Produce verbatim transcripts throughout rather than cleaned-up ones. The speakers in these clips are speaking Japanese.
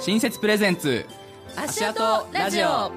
新設プレゼンツ足跡ラジオ。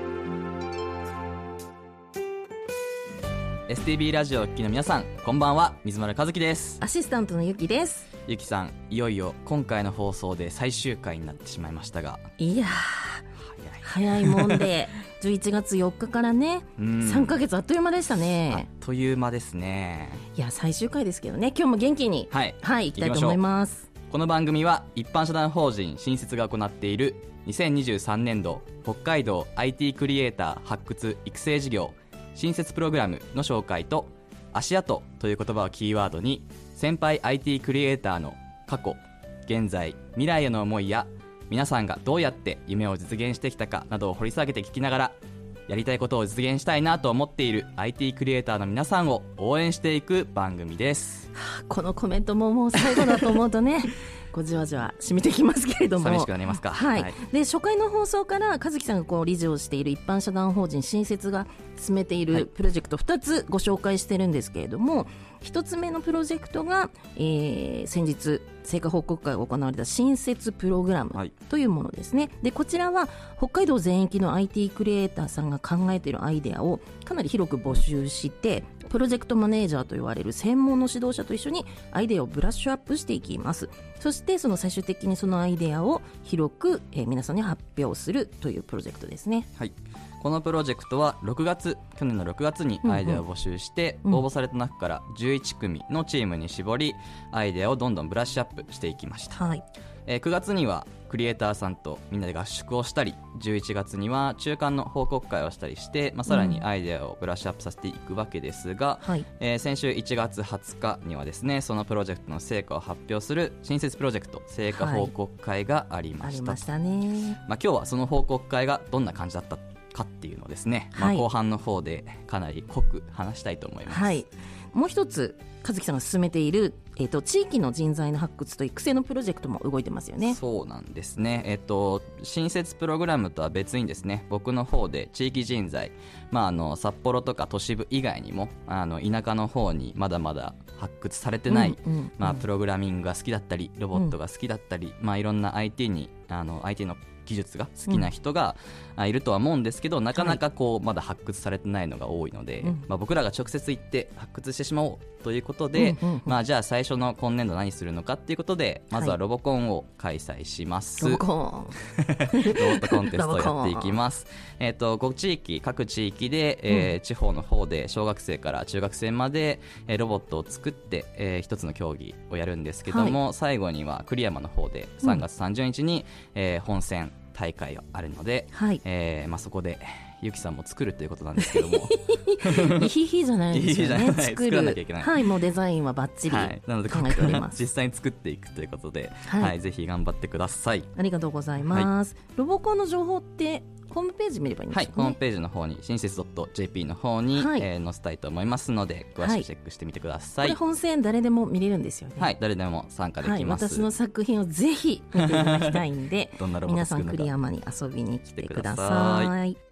エスティービー ラジオをお聞きの皆さん、こんばんは。水丸和樹です。 アシスタントのゆきです。 ゆきさん、いよいよ今回の放送で最終回になってしまいましたが、 いやー早いもんでじゅういちがつよっかからね、さんかげつあっという間でしたね。 あっという間ですね。 いや最終回ですけどね、今日も元気にはい、 はい、いきたいと思います。 この番組は一般社団法人新設が行っているにせんにじゅうさんねんど北海道 アイティー クリエイター発掘育成事業新設プログラムの紹介と、足跡という言葉をキーワードに先輩 アイティー クリエイターの過去、現在、未来への思いや皆さんがどうやって夢を実現してきたかなどを掘り下げて聞きながら、やりたいことを実現したいなと思っている アイティー クリエイターの皆さんを応援していく番組です。 はあ、このコメントももう最後だと思うとねこうじわじわ染みてきますけれども、 寂しくなりますか。 はいはい、で初回の放送から和樹さんがこう理事をしている一般社団法人新設が進めているプロジェクトふたつご紹介してるんですけれども、ひとつめのプロジェクトが、えー、先日成果報告会が行われた新設プログラムというものですね、はい、でこちらは北海道全域の アイティー クリエイターさんが考えているアイデアをかなり広く募集して、プロジェクトマネージャーと言われる専門の指導者と一緒にアイデアをブラッシュアップしていきます。そしてその最終的にそのアイデアを広く、えー、皆さんに発表するというプロジェクトですね。 はい、このプロジェクトはろくがつ、去年のろくがつにアイデアを募集して、うんうん、応募された中からじゅういちくみのチームに絞り、アイデアをどんどんブラッシュアップしていきました。はい、えー、くがつにはクリエイターさんとみんなで合宿をしたり、じゅういちがつには中間の報告会をしたりして、まあ、さらにアイデアをブラッシュアップさせていくわけですが、うん、はい、えー、先週いちがつはつかにはですね、そのプロジェクトの成果を発表する新設プロジェクト成果報告会がありました。 はい、ありましたね。 まあ、今日はその報告会がどんな感じだったかっていうのをですね、まあ、後半の方でかなり濃く話したいと思います。 はい、もう一つ和樹さんが進めている、えー、と地域の人材の発掘と育成のプロジェクトも動いてますよね。 そうなんですね、えー、と新設プログラムとは別にですね、僕の方で地域人材、まあ、あの札幌とか都市部以外にもあの田舎の方にまだまだ発掘されてない、うんうんうん、まあ、プログラミングが好きだったりロボットが好きだったり、うん、まあ、いろんな アイティー にあの アイティー の技術が好きな人が、うん、いるとは思うんですけど、なかなかこう、はい、まだ発掘されてないのが多いので、うん、まあ、僕らが直接行って発掘してしまおうということで、うんうんうん、まあ、じゃあ最初の今年度何するのかっていうことで、まずはロボコンを開催します、はい、ロボコンロボットコンテストをやっていきます。えーと、ご地域各地域で、えーうん、地方の方で小学生から中学生まで、えー、ロボットを作って、えー、一つの競技をやるんですけども、はい、最後には栗山の方でさんがつさんじゅうにちに、うん、えー、本戦大会があるので、はい、えーまあ、そこでゆきさんも作るということなんですけどもいひひじゃないんですよね。 作る、作らなきゃいけない、 はい、もうデザインはバッチリ考えております、はい、なのでここから実際に作っていくということで、はいはい、ぜひ頑張ってください。 ありがとうございます、はい、ロボコンの情報ってホームページ見ればいいんですかね。 はい、ホームページの方に新設 .jp の方に、はい、えー、載せたいと思いますので、詳しくチェックしてみてください。 はい、これ本戦誰でも見れるんですよね。 はい、誰でも参加できます、 はい、私の作品をぜひ見ていただきたいんでどんなロボット作るのか皆さん栗山に遊びに来てください。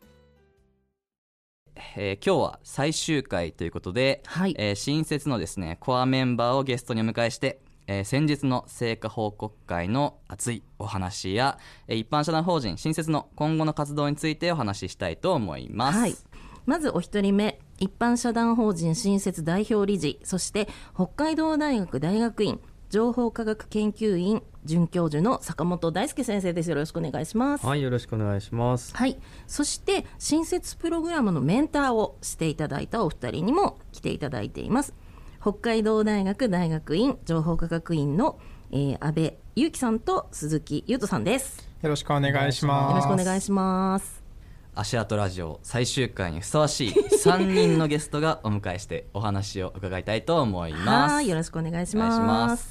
えー、今日は最終回ということで、はい、えー、新設のですねコアメンバーをゲストにお迎えして、えー、先日の成果報告会の熱いお話や、えー、一般社団法人新設の今後の活動についてお話ししたいと思います。はい、 まずお一人目、一般社団法人新設代表理事、そして北海道大学大学院情報科学研究院准教授の坂本大輔先生です。よろしくお願いします。 はい、よろしくお願いします。 はい、そして新設プログラムのメンターをしていただいたお二人にも来ていただいています。北海道大学大学院情報科学院の、えー、安倍裕樹さんと鈴木優斗さんです。 よろしくお願いします。 よろしくお願いします。 足跡ラジオ最終回にふさわしいさんにんのゲストがお迎えしてお話を伺いたいと思います。 はい、よろしくお願いします。お願いします。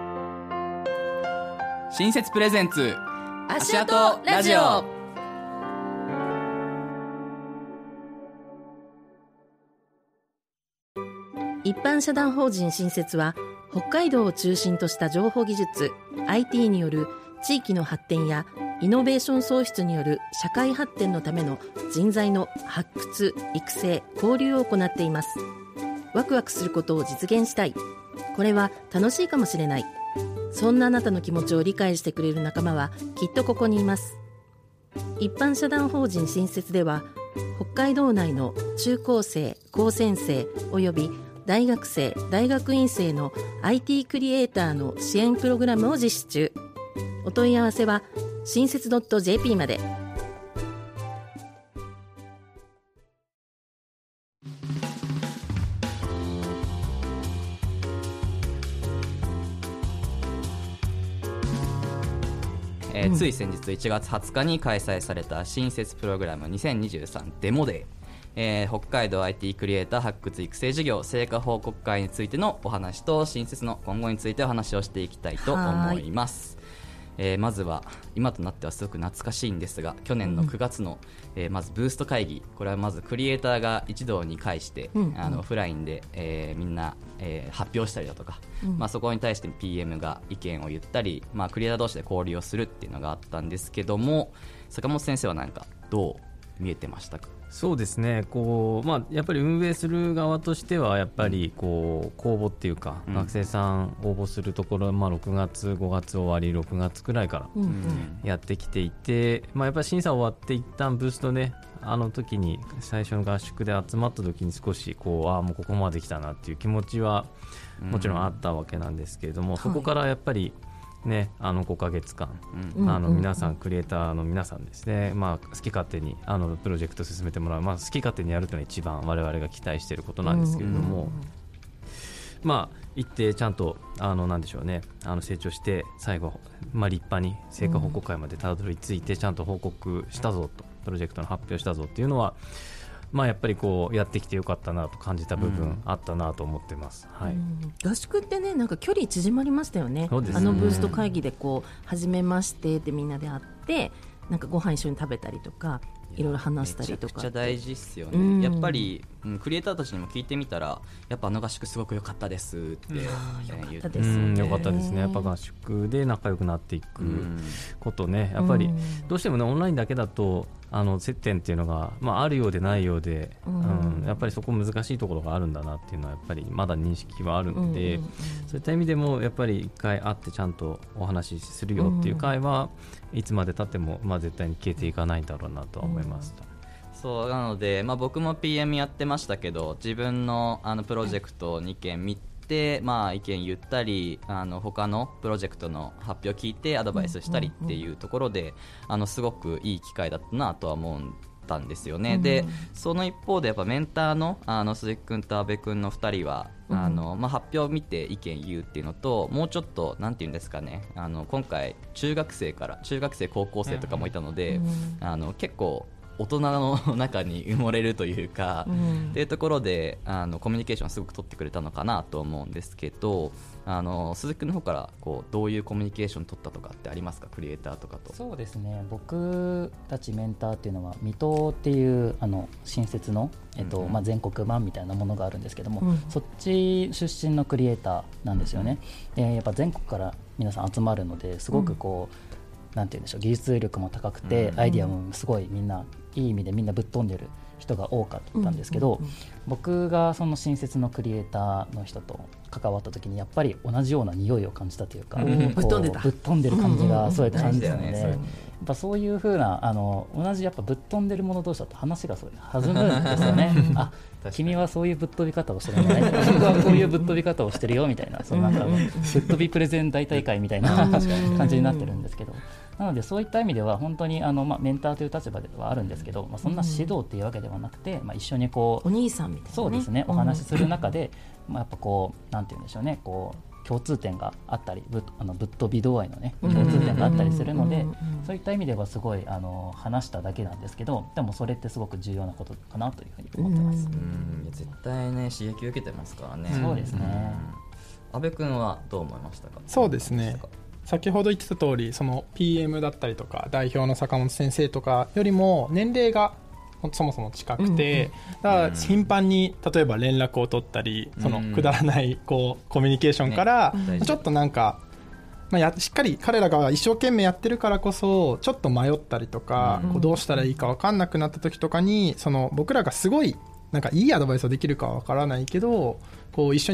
新設プレゼンツ足跡ラジオ。一般社団法人新設は北海道を中心とした情報技術 アイティー による地域の発展やイノベーション創出による社会発展のための人材の発掘、育成、交流を行っています。ワクワクすることを実現したい。これは楽しいかもしれない。 そんなあなたの気持ちを理解してくれる仲間はきっとここにいます。一般社団法人新設では、北海道内の中高生、高専生および大学生、大学院生の アイティー クリエイターの支援プログラムを実施中。お問い合わせは新設 .jp まで。 えー、つい先日いちがつはつかに開催された新設プログラムにせんにじゅうさんデモデー、えー、北海道 アイティー クリエイター発掘育成事業成果報告会についてのお話と新設の今後についてお話をしていきたいと思います。えー、まずは今となってはすごく懐かしいんですが、去年のくがつの、うんえー、まずブースト会議、これはまずクリエイターが一堂に会して、うんうん、あのオフラインで、えー、みんな、えー、発表したりだとか、うんまあ、そこに対して ピーエム が意見を言ったり、まあ、クリエイター同士で交流をするっていうのがあったんですけども、坂本先生は何かどう見えてましたか？ そうですね、こうまあ、やっぱり運営する側としてはやっぱりこう公募っていうか、うん、学生さん応募するところ、まあ、ろくがつごがつ終わりろくがつくらいからやってきていて、うんうんまあ、やっぱり審査終わって一旦ブーストね、あの時に最初の合宿で集まった時に少しこうああもうここまで来たなっていう気持ちはもちろんあったわけなんですけれども、うん、そこからやっぱりね、あのごかげつかん、うん、あの皆さん、うん、クリエイターの皆さんですね、まあ、好き勝手にあのプロジェクトを進めてもらう、まあ、好き勝手にやるというのが一番我々が期待していることなんですけれども、うん、まあ一定ちゃんとあのなんでしょうね、あの成長して最後、まあ、立派に成果報告会までたどり着いてちゃんと報告したぞと、プロジェクトの発表したぞっていうのは、まあ、やっぱりこうやってきてよかったなと感じた部分あったなと思ってます、うんはい、 合宿ってね、なんか距離縮まりましたよね。そうですね、あのブースト会議でこう初めましてでみんなで会ってなんかご飯一緒に食べたりとかいろいろ話したりとか、 めちゃくちゃ大事ですよね、うん、やっぱり、うん、クリエイターたちにも聞いてみたらやっぱあの合宿すごく良かったですって、うんえー、言ってうん、良かったですね。やっぱ合宿で仲良くなっていくことね、やっぱりどうしてもねオンラインだけだとあの接点っていうのが、まあ、あるようでないようで、うんうん、やっぱりそこ難しいところがあるんだなっていうのはやっぱりまだ認識はあるので、うんうんうん、そういった意味でもやっぱり一回会ってちゃんとお話しするよっていう会は、うん、いつまで経っても、まあ、絶対に消えていかないんだろうなとは思います、うんそうなので、まあ、僕も ピーエム やってましたけど、自分 の, あのプロジェクトにけん見て、まあ、意見言ったり、あの他のプロジェクトの発表を聞いてアドバイスしたりっていうところで、あのすごくいい機会だったなとは思ったんですよね、うん、でその一方でやっぱメンター の, あの鈴木君と阿部君のふたりは、うんあのまあ、発表を見て意見言うっていうのと、もうちょっとなんていうんですかね、あの今回中学生から中学生高校生とかもいたので、うん、あの結構大人の中に埋もれるというか、うん、っていうところであのコミュニケーションをすごく取ってくれたのかなと思うんですけど、あの鈴木君の方からこうどういうコミュニケーション取ったとかってありますか、クリエイターとかと。 そうですね、僕たちメンターっていうのは水戸っていうあの新設の、えっとうんまあ、全国版みたいなものがあるんですけども、うん、そっち出身のクリエイターなんですよね、うん、でやっぱ全国から皆さん集まるのですごくこう、うん、なんていうんでしょう、技術力も高くて、うん、アイディアもすごいみんないい意味でみんなぶっ飛んでる人が多かったんですけど、うんうんうん、僕がその新設のクリエイターの人と関わった時にやっぱり同じような匂いを感じたというか、うん、ぶっ飛んでたぶっ飛んでる感じがすごい感じたので、うんうんうん、やっぱそういう風なあの同じやっぱぶっ飛んでる者同士だと話がすごい弾むんですよねあ、君はそういうぶっ飛び方をしてるんじゃない僕はこういうぶっ飛び方をしてるよみたいな、そのなんかぶっ飛びプレゼン大大会みたいな感じになってるんですけど、なのでそういった意味では本当にあの、まあ、メンターという立場ではあるんですけど、まあ、そんな指導っていうわけではなくて、まあ、一緒にこうお兄さんみたいな、ね、 そうですね、お話しする中で、まあ、やっぱこうなんて言うんでしょうね、こう共通点があったり ぶ, あのぶっ飛び度合いの、ね、共通点があったりするので、そういった意味ではすごいあの話しただけなんですけど、でもそれってすごく重要なことかなというふうに思ってます。 うんうん絶対ね刺激受けてますからね。 そうですね、 阿部君はどう思いましたか。 そうですね、先ほど言ってた通り、その ピーエム だったりとか代表の坂本先生とかよりも年齢がそもそも近くて、うんうん、だから頻繁に例えば連絡を取ったり、うん、そのくだらないこうコミュニケーションから、ね、ちょっとなんか、まあ、やしっかり彼らが一生懸命やってるからこそちょっと迷ったりとか、うん、こうどうしたらいいか分かんなくなった時とかに、その僕らがすごいなんかいいアドバイスをできるかは分からないけど、こう一緒に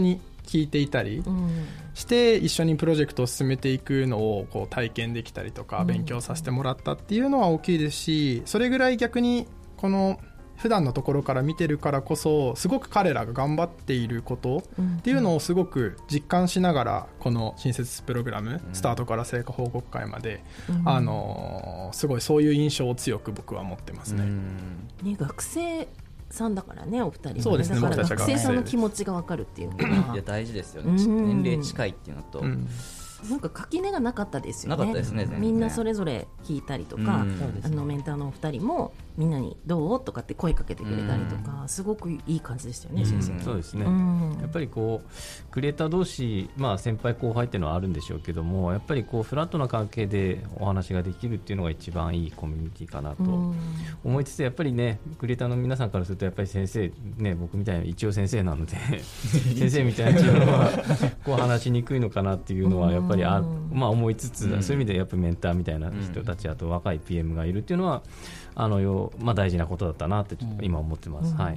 聞いていたりして一緒にプロジェクトを進めていくのをこう体験できたりとか勉強させてもらったっていうのは大きいですし、それぐらい逆にこの普段のところから見てるからこそすごく彼らが頑張っていることっていうのをすごく実感しながらこの新設プログラムスタートから成果報告会まで、あのすごいそういう印象を強く僕は持ってますね。 ね、学生さんだからねお二人も、ね、 そうですね、 だから僕たちは学生さんの気持ちが分かるっていうのがいや大事ですよね、年齢近いっていうのと、うん、 なんか垣根がなかったですよね。 なかったですね、全然ね。 みんなそれぞれ聞いたりとか、うん、あのメンターのお二人もみんなにどうとかって声かけてくれたりとか、うん、すごくいい感じでしたよね、先生。 そうですね、 うん、 やっぱりこうクリエイター同士、まあ、先輩後輩っていうのはあるんでしょうけども、やっぱりこうフラットな関係でお話ができるっていうのが一番いいコミュニティかなと思いつつ、やっぱりねクリエイターの皆さんからするとやっぱり先生、ね、僕みたいな一応先生なので先生みたいなのはこう話しにくいのかなっていうのはやっぱりあ、まあ、思いつつ、そういう意味でやっぱりメンターみたいな人たち、あと若い ピーエム がいるっていうのはあのよ、まあ、大事なことだったなってちょっと今思ってます、うん、はい。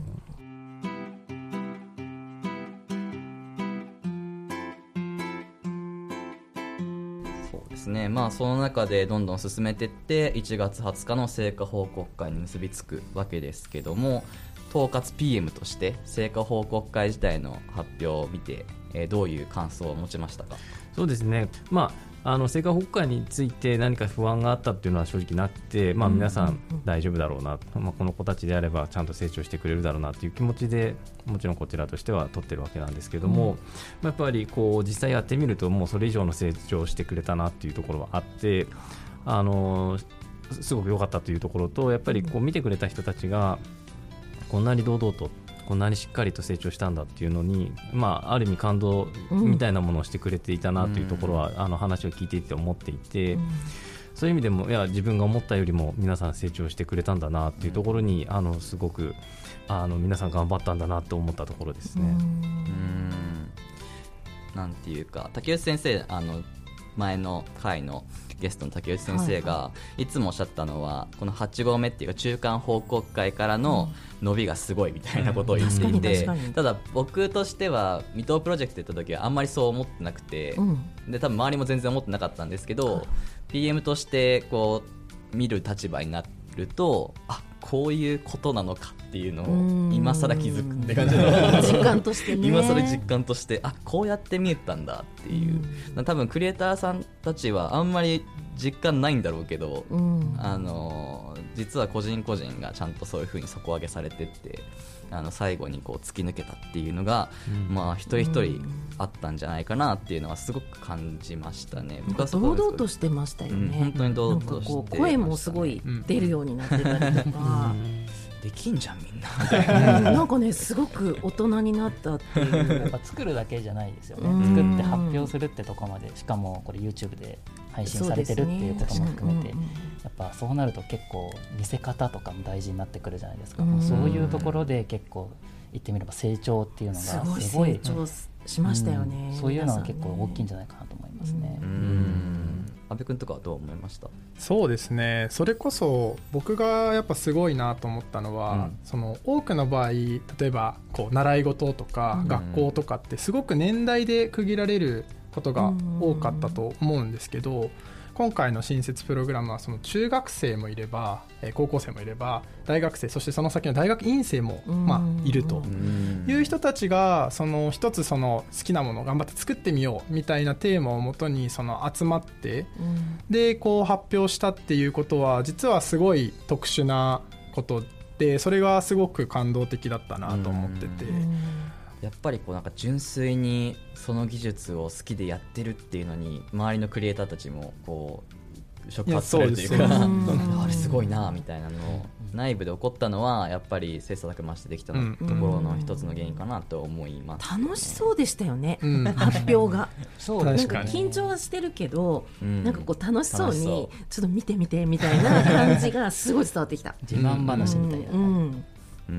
そうですね、まあ、その中でどんどん進めていっていちがつはつかの成果報告会に結びつくわけですけども、統括 ピーエム として成果報告会自体の発表を見て、えー、どういう感想を持ちましたか？ そうですね、まああの成果報告会について何か不安があったっていうのは正直なくて、まあ、皆さん大丈夫だろうな、まあ、この子たちであればちゃんと成長してくれるだろうなという気持ちでもちろんこちらとしては取ってるわけなんですけども、うん、やっぱりこう実際やってみるともうそれ以上の成長をしてくれたなっていうところはあって、あのすごく良かったというところと、やっぱりこう見てくれた人たちがこんなに堂々とこんなにしっかりと成長したんだっていうのに、まあ、ある意味感動みたいなものをしてくれていたなというところは、うん、あの話を聞いていて思っていて、うん、そういう意味でもいや自分が思ったよりも皆さん成長してくれたんだなっていうところに、あのすごくあの皆さん頑張ったんだなと思ったところですね。うんうんなんていうか竹内先生、あの前の回のゲストの竹内先生がいつもおっしゃったのは、このはち号目っていうか中間報告会からの伸びがすごいみたいなことを言っていて、ただ僕としては未踏プロジェクトやった時はあんまりそう思ってなくて、で多分周りも全然思ってなかったんですけど、 ピーエム としてこう見る立場になると、あこういうことなのかっていうのを今更気づくって感じの実感としてね今更実感としてあこうやって見えたんだっていう、う多分クリエイターさんたちはあんまり実感ないんだろうけど、うん、あの実は個人個人がちゃんとそういう風に底上げされてって、あの最後にこう突き抜けたっていうのが、うん、まあ一人一人あったんじゃないかなっていうのはすごく感じましたね。 僕は堂々としてましたよね、 うん、本当に堂々としてましたね。 声もすごい出るようになってたりとか、 うんできんじゃんみんなうん、なんかねすごく大人になったっていうやっぱ作るだけじゃないですよね。作って発表するってとこまで、しかもこれ YouTube で配信されてるっていうことも含めて、ね、やっぱそうなると結構見せ方とかも大事になってくるじゃないですか。うそういうところで結構言ってみれば成長っていうのがすごいすごい成長しましたよね、 うん、そういうのは結構大きいんじゃないかなと思いますね。 うんうん阿部君とかはどう思いました？ そうですね、それこそ僕がやっぱすごいなと思ったのは、うん、その多くの場合例えばこう習い事とか学校とかってすごく年代で区切られることが多かったと思うんですけど、今回の新設プログラムはその中学生もいれば高校生もいれば大学生、そしてその先の大学院生もまあいるという人たちが、その一つその好きなものを頑張って作ってみようみたいなテーマをもとにその集まってでこう発表したっていうことは実はすごい特殊なことで、それがすごく感動的だったなと思ってて、 やっぱりこうなんか純粋にその技術を好きでやってるっていうのに周りのクリエイターたちもこう触発されるというか、あれすごいなみたいなのを内部で起こったのはやっぱり切磋琢磨してできたところの一つの原因かなと思います、ね、 楽しそうでしたよね、うん、発表がそうなんか緊張はしてるけど、うん、なんかこう楽しそうにそうちょっと見て見てみたいな感じがすごい伝わってきた自慢話みたいな、うんうんうん、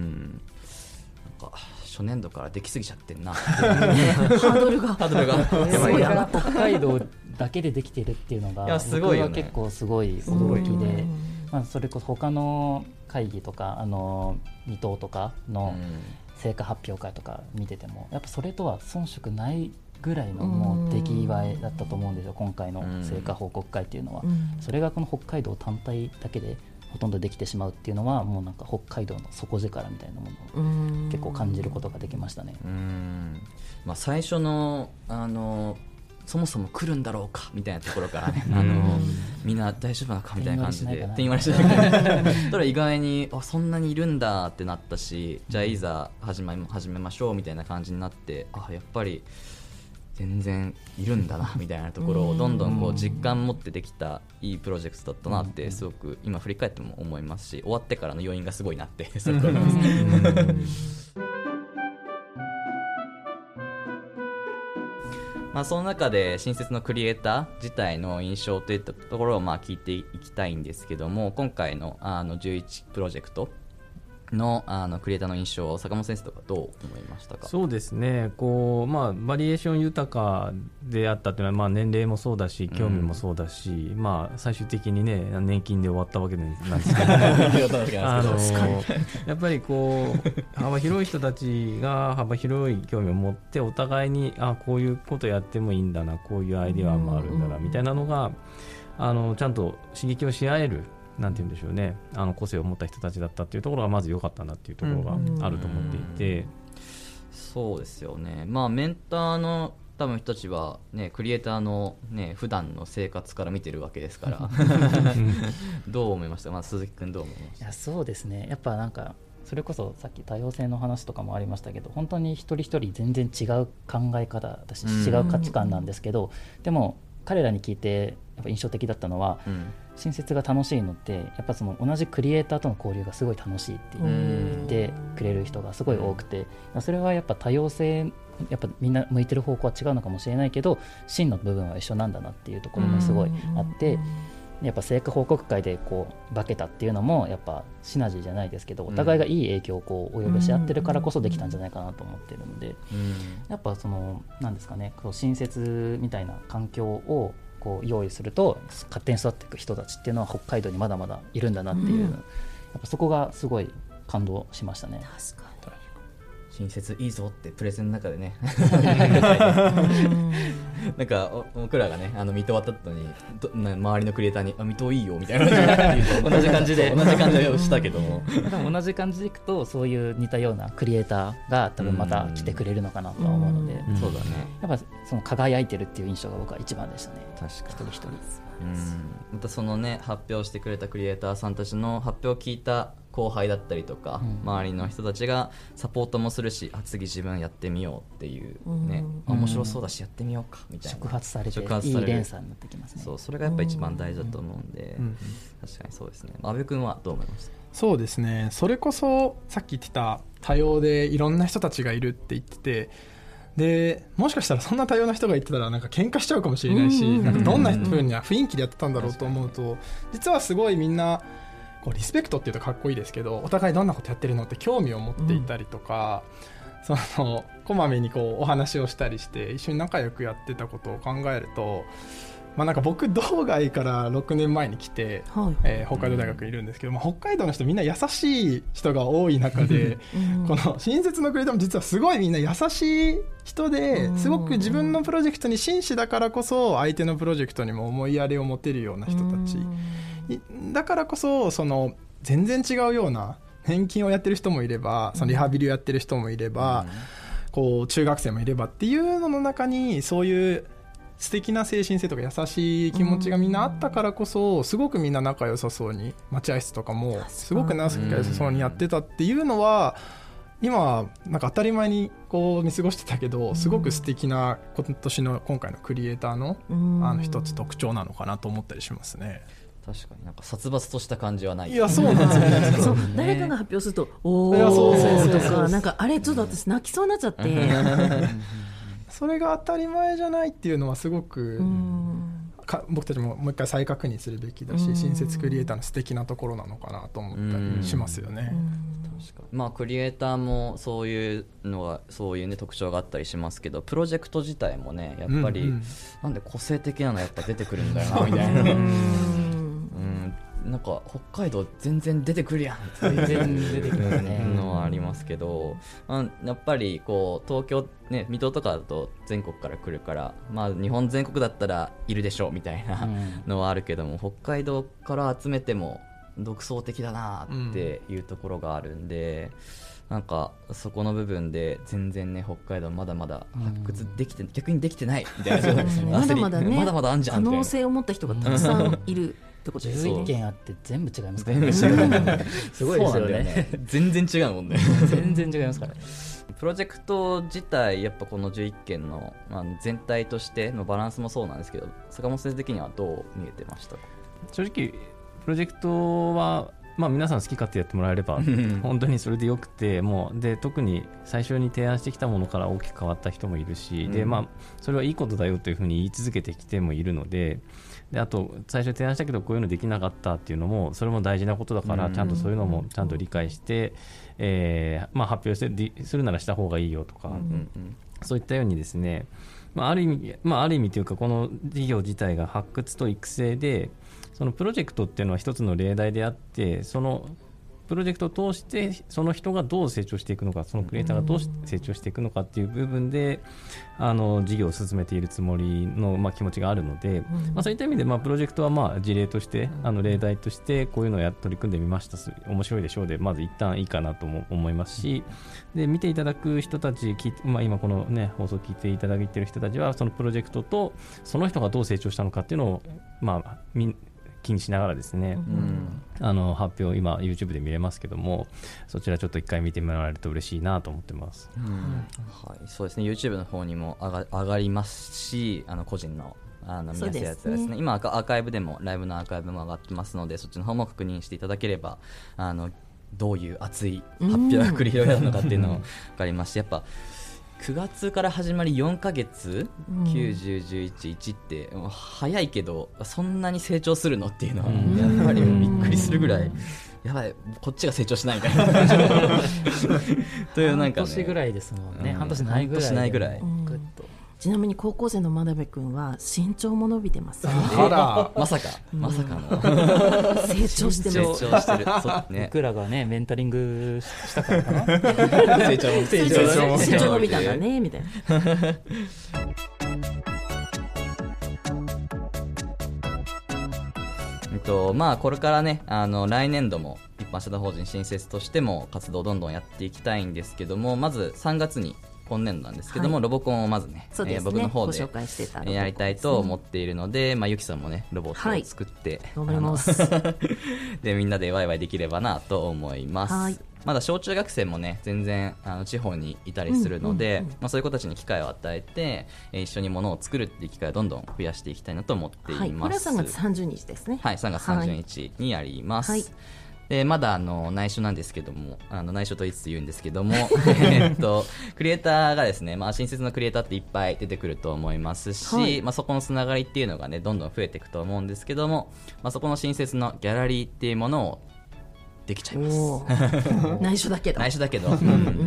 なんか初年度からできすぎちゃってんなハードルがハードルがそれが北海道だけでできてるっていうのがいやすごいよね、 僕は結構すごい驚きで、まあ、それこそ他の会議とかあのに等とかの成果発表会とか見ててもやっぱそれとは遜色ないぐらいのもう出来栄えだったと思うんですよ、今回の成果報告会っていうのは。それがこの北海道単体だけでほとんどできてしまうっていうのはもうなんか北海道の底力みたいなものを結構感じることができましたね。 うーん、まあ、最初のあのそもそも来るんだろうかみたいなところからねあのみんな大丈夫なのかみたいな感じでって言われてたら意外にあそんなにいるんだってなったし、じゃあいざ始め、始めましょうみたいな感じになって、あやっぱり全然いるんだなみたいなところをどんどんこう実感持ってできたいいプロジェクトだったなってすごく今振り返っても思いますし、終わってからの余韻がすごいなってそういうところです。まあ、その中で新設のクリエイター自体の印象といったところをまあ聞いていきたいんですけども、今回のあのじゅういちプロジェクトのあのクリエイターの印象を坂本先生とかどう思いましたか？ そうですね、こう、まあ、バリエーション豊かであったというのは、まあ、年齢もそうだし興味もそうだし、うん、まあ、最終的に、ね、年金で終わったわけなんですけどあのやっぱりこう幅広い人たちが幅広い興味を持ってお互いにあこういうことやってもいいんだな、こういうアイデアもあるんだな、うん、みたいなのがあのちゃんと刺激をし合えるなんて言うんでしょうね、あの個性を持った人たちだったっていうところがまず良かったなっていうところがあると思っていて、うん、 そうですよね。まあメンターの多分人たちはねクリエイターのね普段の生活から見てるわけですからどう思いましたか？まあ、鈴木君どう思いました？ いやそうですね、やっぱなんかそれこそさっき多様性の話とかもありましたけど、本当に一人一人全然違う考え方だし、違う価値観なんですけど、でも彼らに聞いてやっぱ印象的だったのは、うん、新設が楽しいのってやっぱその同じクリエイターとの交流がすごい楽しいって言ってくれる人がすごい多くて、それはやっぱ多様性やっぱみんな向いてる方向は違うのかもしれないけど真の部分は一緒なんだなっていうところもすごいあって、やっぱ成果報告会でこう化けたっていうのもやっぱシナジーじゃないですけど、お互いがいい影響をこう及ぼし合ってるからこそできたんじゃないかなと思ってるので、やっぱそのなんですかね、新設みたいな環境をこう用意すると勝手に育っていく人たちっていうのは北海道にまだまだいるんだなっていう、うん、やっぱそこがすごい感動しましたね。 確かに新設いいぞってプレゼンの中でねなんか僕らがねあの見終わった後に周りのクリエイターにあ見といいよみたいな同じ感じで同じ感じをしたけどもでも同じ感じでいくとそういう似たようなクリエイターが多分また来てくれるのかなとは思うので、 うん、そうだね、 やっぱその輝いてるっていう印象が僕は一番でしたね。 確かに一人一人、 うん、またそのね発表してくれたクリエイターさんたちの発表を聞いた後輩だったりとか、うん、周りの人たちがサポートもするし、あ次自分やってみようっていうね、うん、面白そうだしやってみようかみたいな触発されていい連鎖になってきますね。 そう、それがやっぱ一番大事だと思うんで、うん、確かにそうですね。阿部君はどう思いました？ そうですね、それこそさっき言ってた多様でいろんな人たちがいるって言ってて、でもしかしたらそんな多様な人が言ってたらなんか喧嘩しちゃうかもしれないし、なんかどんな風な雰囲気でやってたんだろうと思うと、実はすごいみんなこうリスペクトっていうとかっこいいですけど、お互いどんなことやってるのって興味を持っていたりとか、うん、そのこまめにこうお話をしたりして一緒に仲良くやってたことを考えると、まあ、なんか僕道外からろくねんまえに来て、はいえー、北海道大学にいるんですけど、まあ、北海道の人みんな優しい人が多い中で、うん、この新設のクリエイターも実はすごいみんな優しい人ですごく自分のプロジェクトに真摯だからこそ相手のプロジェクトにも思いやりを持てるような人たち、うん、だからこそ、その全然違うような年金をやってる人もいれば、そのリハビリをやってる人もいれば、うん、こう中学生もいればっていうのの中にそういう素敵な精神性とか優しい気持ちがみんなあったからこそ、すごくみんな仲良さそうに待合室とかもすごく仲良さそうにやってたっていうのは、今なんか当たり前にこう見過ごしてたけど、すごく素敵な今年の今回のクリエイターのあの一つ特徴なのかなと思ったりしますね。 確かになんか殺伐とした感じはない。 いやそうなんですよねそう誰かが発表するとおーとか、なんかあれちょっと私泣きそうになっちゃってそれが当たり前じゃないっていうのはすごくか僕たちももう一回再確認するべきだし、新設クリエイターの素敵なところなのかなと思ったりしますよね。 確かに、まあ、クリエイターもそういうのがそういう、ね、特徴があったりしますけど、プロジェクト自体もねやっぱり、うんうん、なんで個性的なのやっぱ出てくるんだよなみたいなうんなんか北海道全然出てくるやん全然出てきますねのはありますけど、まあ、やっぱりこう東京、ね、水戸とかだと全国から来るから、まあ、日本全国だったらいるでしょうみたいなのはあるけども、うん、北海道から集めても独創的だなっていうところがあるんで、うん、なんかそこの部分で全然ね北海道まだまだ発掘できて、うん、逆にできてないみたいなまだまだねまだまだあんじゃんみたいな可能性を持った人がたくさんいるってことですね。 じゅういっけんあって全部違いますからね。全部違うすごいですよね。 全然違うもんね全然違いますからね。 プロジェクト自体やっぱこのじゅういっけんの、まあ、全体としてのバランスもそうなんですけど、坂本先生的にはどう見えてましたか？ 正直プロジェクトはまあ、皆さん好き勝手やってもらえれば本当にそれでよくて、もうで特に最初に提案してきたものから大きく変わった人もいるし、でまあ、それはいいことだよというふうに言い続けてきてもいるので、であと最初提案したけどこういうのできなかったっていうのもそれも大事なことだから、ちゃんとそういうのもちゃんと理解して、えーまあ、発表してするならした方がいいよとか、そういったようにですね、まあ、ある意味、まあ、ある意味というかこの事業自体が発掘と育成で、そのプロジェクトっていうのは一つの例題であって、そのプロジェクトを通してその人がどう成長していくのか、そのクリエイターがどう成長していくのかっていう部分であの事業を進めているつもりの、まあ、気持ちがあるので、うんまあ、そういった意味で、まあ、プロジェクトはまあ事例としてあの例題としてこういうのをや取り組んでみました、面白いでしょうでまず一旦いいかなとも思いますし、で見ていただく人たち、まあ、今この、ね、放送を聞いていただいている人たちはそのプロジェクトとその人がどう成長したのかっていうのを、まあ、み気にしながらですね、うん、あの発表今 YouTube で見れますけども、そちらちょっと一回見てもらえると嬉しいなと思ってます、うんはい、そうですね YouTube の方にも上 が, 上がりますし、あの個人のあの見やすいやつはですね、今アーカイブでもライブのアーカイブも上がってますので、そっちの方も確認していただければあのどういう熱い発表が繰り広げられるのかっていうのを分かりますし、やっぱくがつから始まりよんかげつ、きゅう、じゅう、じゅういち、いちって早いけどそんなに成長するのっていうのはやっぱりびっくりするぐらい、やばいこっちが成長しないみたいなというなんか、ね、 半年ぐらいですもんね、うん、半年ないぐらい、 半年ないぐらい、うん、 ちなみに高校生の真鍋君は身長も伸びてます、ね、 あらまさかまさかの成長してる成長してるそうね、 僕らがねメンタリングしたからかな成長も成長も成長伸びたんだねみたいなえっとまあ、これからねあの来年度も一般社団法人新設としても活動をどんどんやっていきたいんですけども、まずさんがつに今年度なんですけども、はい、ロボコンをまず ね, そうですね、 えー、僕の方でご紹介してたやりたいと思っているので、まあ、ゆきさんもねロボットを作って、 はい、頑張りますでみんなでワイワイできればなと思います、 はい、 まだ小中学生もね全然あの地方にいたりするので、うんうんうん、まあ、そういう子たちに機会を与えて、えー、一緒にものを作るっていう機会をどんどん増やしていきたいなと思っています、はい、 これはさんがつさんじゅうにちですね。 はい、さんがつさんじゅうにちにやります、はい、でまだあの内緒なんですけども、あの内緒と言いつつ言うんですけどもえっとクリエイターがですね、まあ、新設のクリエイターっていっぱい出てくると思いますし、はい、まあ、そこのつながりっていうのがねどんどん増えていくと思うんですけども、まあ、そこの新設のギャラリーっていうものをできちゃいます内緒だけど内緒だけど、うん、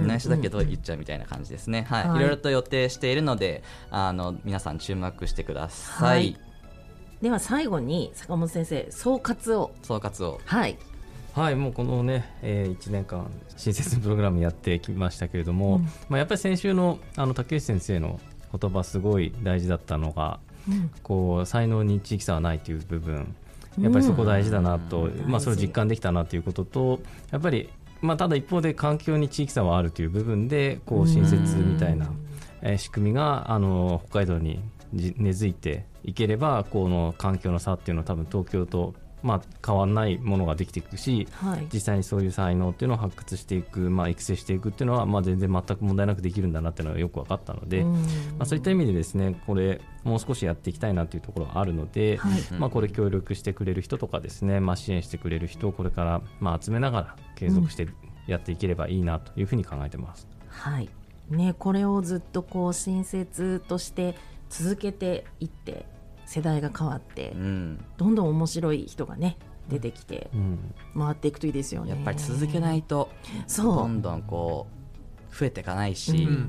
内緒だけど言っちゃうみたいな感じですね、はいはい、いろいろと予定しているのであの皆さん注目してください、はい、 では最後に坂本先生総括を総括をはいはい、もうこのね、えー、いちねんかん新設プログラムやってきましたけれども、うん、まあ、やっぱり先週のあの竹内先生の言葉すごい大事だったのが、うん、こう才能に地域差はないという部分、やっぱりそこ大事だなと、うん、まあ、それを実感できたなということと、やっぱり、まあ、ただ一方で環境に地域差はあるという部分でこう新設みたいな、えー、仕組みがあの北海道に根付いていければ、この環境の差っていうのは多分東京とまあ、変わらないものができていくし、はい、実際にそういう才能っていうのを発掘していく、まあ、育成していくっていうのは、まあ、全然全く問題なくできるんだなっていうのがよく分かったので、まあ、そういった意味でですね、これもう少しやっていきたいなというところがあるので、はい、まあ、これ協力してくれる人とかですね、まあ、支援してくれる人をこれからまあ集めながら継続してやっていければいいなというふうに考えてます、 うん、はいね、これをずっとこう新設として続けていって世代が変わって、うん、どんどん面白い人がね出てきて、うん、回っていくといいですよね。 やっぱり続けないとどんどんこう増えていかないし、うん、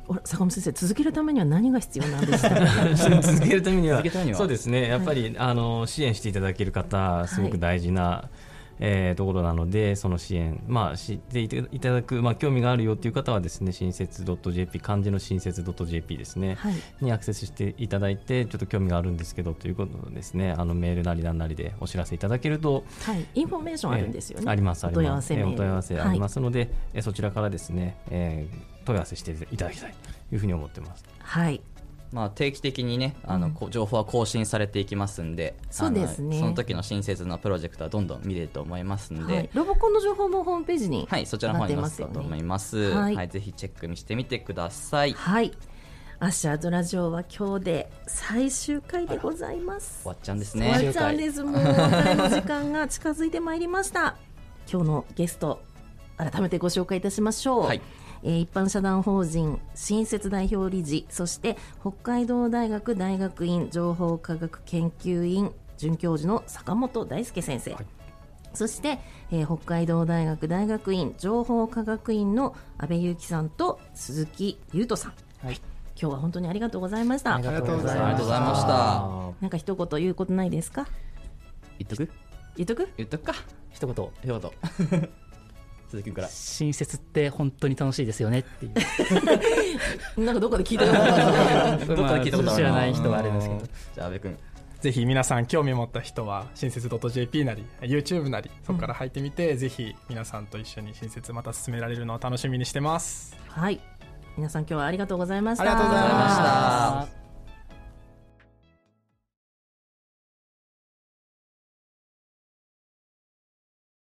坂本先生、続けるためには何が必要なんですか？ 続けるためには続けるためにはそうですね、やっぱり、はい、あの支援していただける方すごく大事な、はい、えー、ところなので、その支援、まあ、知っていただく、まあ、興味があるよという方はですね、新設 .jp、 漢字の新設 .jp ですね、はい、にアクセスしていただいて、ちょっと興味があるんですけどということですね、あのメールなりなんなりでお知らせいただけると、 はい、インフォメーションあるんですよね、 えー、ありますあります、 お問い合わせメール、 お問い合わせありますので、はい、そちらからですね、えー、問い合わせしていただきたいというふうに思ってます。 はい、 まあ、定期的にね、あの、うん、情報は更新されていきますんで、 そうですね、 その時の新設のプロジェクトはどんどん見れると思いますんで、 はい、ロボコンの情報もホームページに、 はい、そちらの方に載せたと思います、はいはい、ぜひチェックしてみてください。 はい、アッシャードラジオは今日で最終回でございます。 終わっちゃうんですね。 終わっちゃうんです。もうお別れの時間が近づいてまいりました。今日のゲスト改めてご紹介いたしましょう、はい、えー、一般社団法人新設代表理事、そして北海道大学大学院情報科学研究院准教授の坂本大輔先生、はい、そして、えー、北海道大学大学院情報科学院の安倍裕樹さんと鈴木優斗さん、はい、今日は本当にありがとうございました。 ありがとうございました。 なんか一言言うことないですか？ 言っとく言っとく言っとくか一言一言鈴木から新設って本当に楽しいですよねっていうなんかどこで聞いたことあるどっかで聞いたことあるな、 知らない人はあれですけど、 じゃあ安部君、 ぜひ皆さん興味持った人は新設 .jp なり YouTube なりそこから入ってみて、うん、ぜひ皆さんと一緒に新設また進められるのを楽しみにしてます。 はい、皆さん今日はありがとうございました。 ありがとうございました。